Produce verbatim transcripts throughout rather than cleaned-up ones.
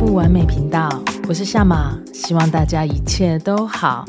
不完美频道，我是夏玛，希望大家一切都好。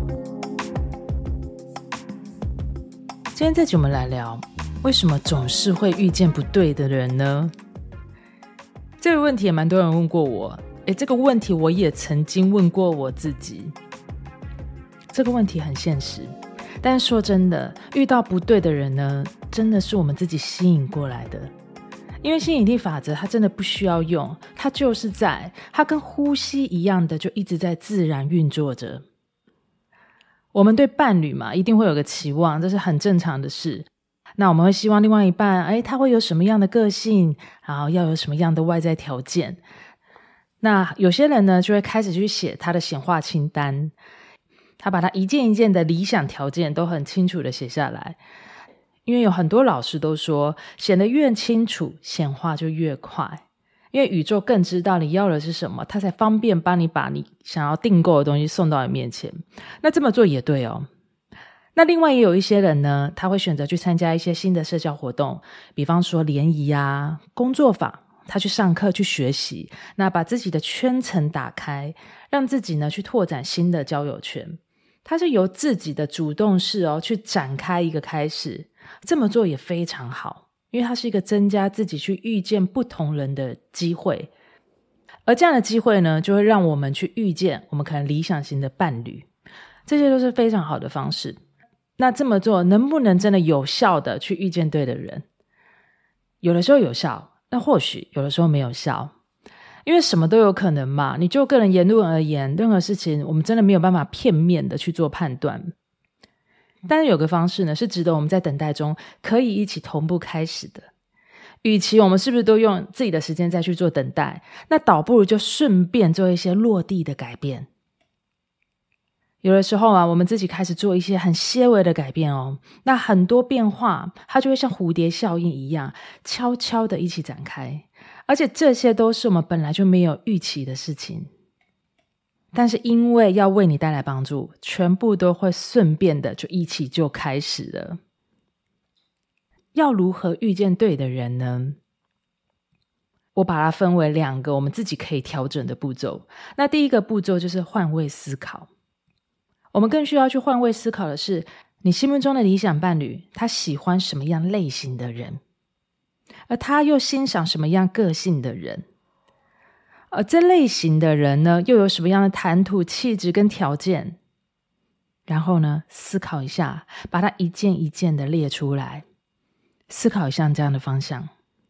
今天这集我们来聊，为什么总是会遇见不对的人呢？这个问题也蛮多人问过我，诶，这个问题我也曾经问过我自己。这个问题很现实，但是说真的，遇到不对的人呢，真的是我们自己吸引过来的。因为吸引力法则它真的不需要用，它就是在，它跟呼吸一样的，就一直在自然运作着。我们对伴侣嘛，一定会有个期望，这是很正常的事。那我们会希望另外一半，诶，他会有什么样的个性，然后要有什么样的外在条件。那有些人呢，就会开始去写他的显化清单，他把他一件一件的理想条件都很清楚的写下来。因为有很多老师都说，写得越清楚，显化就越快。因为宇宙更知道你要的是什么，它才方便帮你把你想要订购的东西送到你面前。那这么做也对哦。那另外也有一些人呢，他会选择去参加一些新的社交活动，比方说联谊啊、工作坊，他去上课去学习，那把自己的圈层打开，让自己呢去拓展新的交友圈。他是由自己的主动式哦去展开一个开始，这么做也非常好，因为它是一个增加自己去遇见不同人的机会。而这样的机会呢，就会让我们去遇见我们可能理想型的伴侣，这些都是非常好的方式。那这么做能不能真的有效的去遇见对的人？有的时候有效，那或许有的时候没有效。因为什么都有可能嘛，你就个人言论而言，任何事情我们真的没有办法片面的去做判断。但是有个方式呢，是值得我们在等待中可以一起同步开始的。与其我们是不是都用自己的时间再去做等待，那倒不如就顺便做一些落地的改变。有的时候啊，我们自己开始做一些很些微的改变哦，那很多变化它就会像蝴蝶效应一样，悄悄的一起展开。而且这些都是我们本来就没有预期的事情，但是因为要为你带来帮助，全部都会顺便的就一起就开始了。要如何遇见对的人呢？我把它分为两个我们自己可以调整的步骤。那第一个步骤就是换位思考。我们更需要去换位思考的是，你心目中的理想伴侣，他喜欢什么样类型的人？而他又欣赏什么样个性的人？而这类型的人呢，又有什么样的谈吐、气质跟条件？然后呢，思考一下，把它一件一件的列出来，思考一下这样的方向。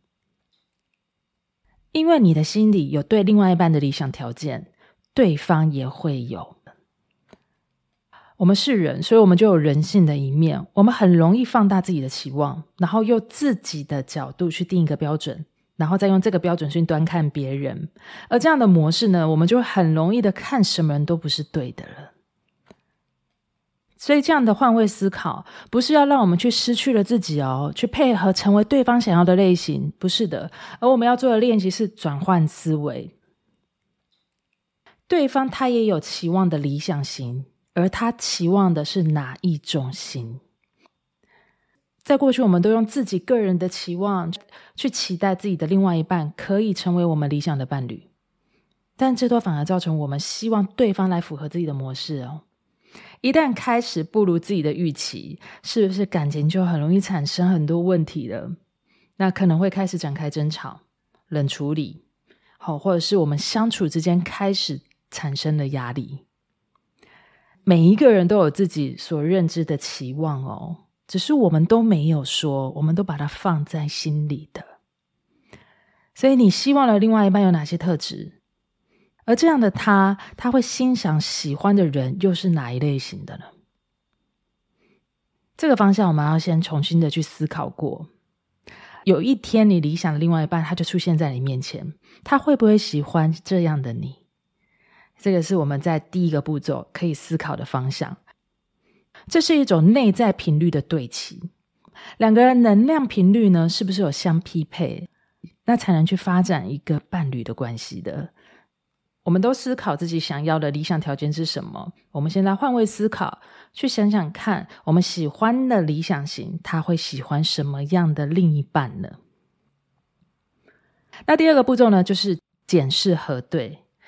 因为你的心里有对另外一半的理想条件，对方也会有。我们是人，所以我们就有人性的一面，我们很容易放大自己的期望，然后用自己的角度去定一个标准，然后再用这个标准去端看别人。而这样的模式呢，我们就会很容易的看什么人都不是对的了。所以这样的换位思考，不是要让我们去失去了自己哦，去配合成为对方想要的类型，不是的。而我们要做的练习是转换思维。对方他也有期望的理想型，而他期望的是哪一种型？在过去我们都用自己个人的期望去期待自己的另外一半可以成为我们理想的伴侣，但这都反而造成我们希望对方来符合自己的模式哦。一旦开始不如自己的预期，是不是感情就很容易产生很多问题了？那可能会开始展开争吵、冷处理，或者是我们相处之间开始产生了压力。每一个人都有自己所认知的期望哦，只是我们都没有说，我们都把它放在心里的。所以你希望的另外一半有哪些特质？而这样的他，他会欣赏喜欢的人又是哪一类型的呢？这个方向我们要先重新的去思考过。有一天你理想的另外一半他就出现在你面前，他会不会喜欢这样的你？这个是我们在第一个步骤可以思考的方向。这是一种内在频率的对齐，两个人能量频率呢，是不是有相匹配？那才能去发展一个伴侣的关系的。我们都思考自己想要的理想条件是什么，我们现在换位思考，去想想看我们喜欢的理想型他会喜欢什么样的另一半呢？那第二个步骤呢，就是检视核对。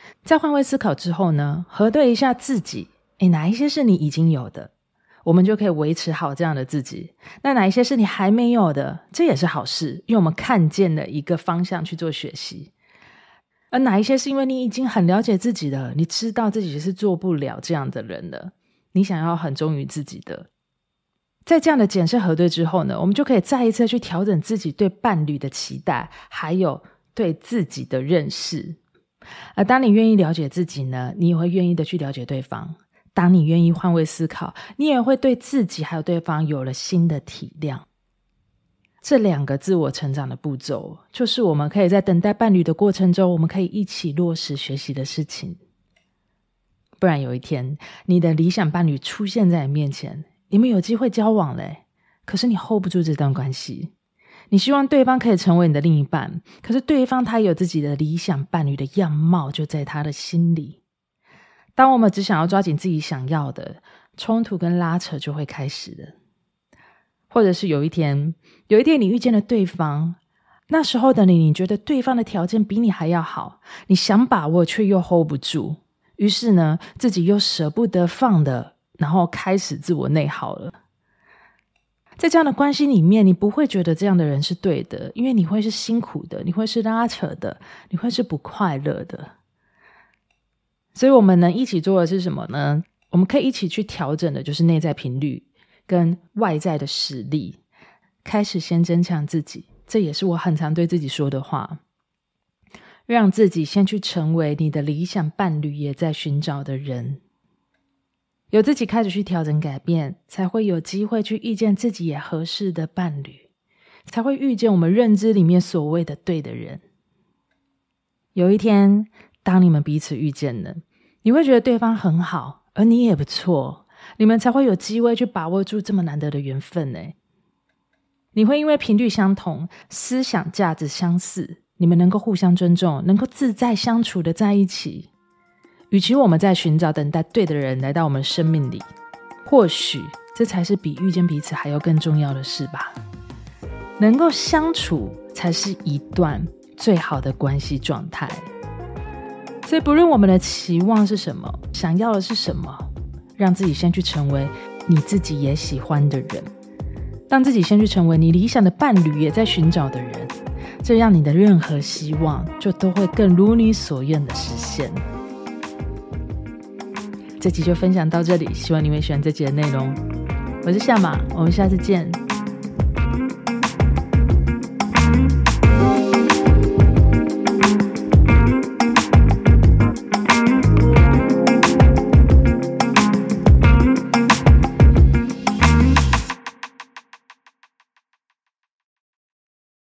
在换位思考之后呢，核对一下自己，诶，哪一些是你已经有的，我们就可以维持好这样的自己。那哪一些是你还没有的，这也是好事，因为我们看见了一个方向去做学习。而哪一些是因为你已经很了解自己了，你知道自己是做不了这样的人了，你想要很忠于自己的。在这样的检视核对之后呢，我们就可以再一次去调整自己对伴侣的期待，还有对自己的认识。而当你愿意了解自己呢，你也会愿意的去了解对方。当你愿意换位思考，你也会对自己还有对方有了新的体谅。这两个自我成长的步骤，就是我们可以在等待伴侣的过程中，我们可以一起落实学习的事情。不然有一天，你的理想伴侣出现在你面前，你们有机会交往嘞，可是你 hold 不住这段关系。你希望对方可以成为你的另一半，可是对方他有自己的理想伴侣的样貌就在他的心里。当我们只想要抓紧自己想要的，冲突跟拉扯就会开始了。或者是有一天有一天你遇见了对方，那时候的你，你觉得对方的条件比你还要好，你想把握却又 hold 不住，于是呢自己又舍不得放的，然后开始自我内耗了。在这样的关系里面，你不会觉得这样的人是对的，因为你会是辛苦的，你会是拉扯的，你会是不快乐的。所以我们能一起做的是什么呢？我们可以一起去调整的就是内在频率跟外在的实力，开始先增强自己。这也是我很常对自己说的话，让自己先去成为你的理想伴侣也在寻找的人。有自己开始去调整改变，才会有机会去遇见自己也合适的伴侣，才会遇见我们认知里面所谓的对的人。有一天当你们彼此遇见了，你会觉得对方很好，而你也不错，你们才会有机会去把握住这么难得的缘分。你会因为频率相同，思想价值相似，你们能够互相尊重，能够自在相处的在一起。与其我们在寻找等待对的人来到我们生命里，或许这才是比遇见彼此还要更重要的事吧。能够相处才是一段最好的关系状态。所以不论我们的期望是什么，想要的是什么，让自己先去成为你自己也喜欢的人，让自己先去成为你理想的伴侣也在寻找的人，这样你的任何希望就都会更如你所愿的实现。这集就分享到这里，希望你会喜欢这集的内容。我是夏玛，我们下次见。